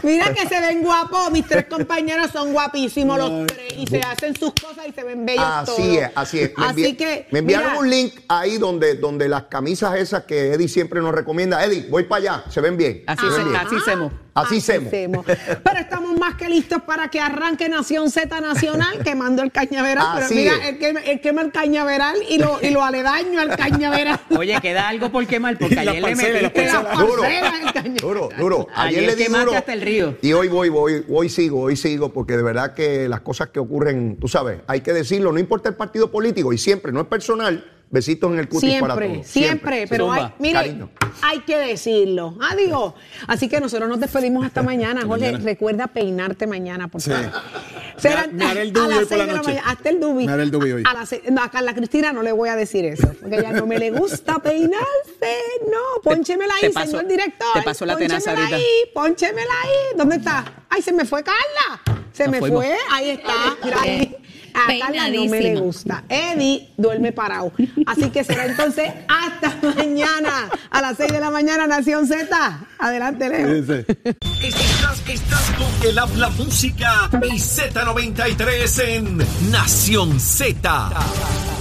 Mira que se ven guapos, mis 3 compañeros son guapísimos los 3 y se hacen sus cosas y se ven bellos todos. Así es. Me enviaron mira, un link ahí donde las camisas esas que Eddie siempre nos recomienda. Eddie, voy para allá, se ven bien. Así hacemos. Así hacemos. Pero estamos más que listos para que arranque Nación Z Nacional, quemando el cañaveral. Pero mira, él quema el cañaveral y lo aledaño al cañaveral. Oye, queda algo por quemar, porque ayer le metiste las parcelas al cañaveral. Duro. Ayer le quemaste hasta el río. Y hoy sigo, porque de verdad que las cosas que ocurren, tú sabes, hay que decirlo, no importa el partido político, y siempre, no es personal. Besitos en el cutis para todos. Siempre. Pero hay que decirlo. Digo. Así que nosotros nos despedimos hasta mañana. Jorge, recuerda peinarte mañana, por favor. Me haré el dubi hoy por la noche. Hasta el dubi. Me haré el dubi hoy. A Carla Cristina no le voy a decir eso, porque a ella no me le gusta peinarse. No, pónchemela ahí, señor director. Te paso la tenaza ahorita. Pónchemela ahí. ¿Dónde está? Ay, se me fue Carla. Se me fue. Ahí está. Ahí. A Carla no me le gusta. Eddie duerme parado. Así que será entonces hasta mañana a las 6 de la mañana, Nación Z. Adelante, Leo. Estás con el Habla Música y Z93 en Nación Z.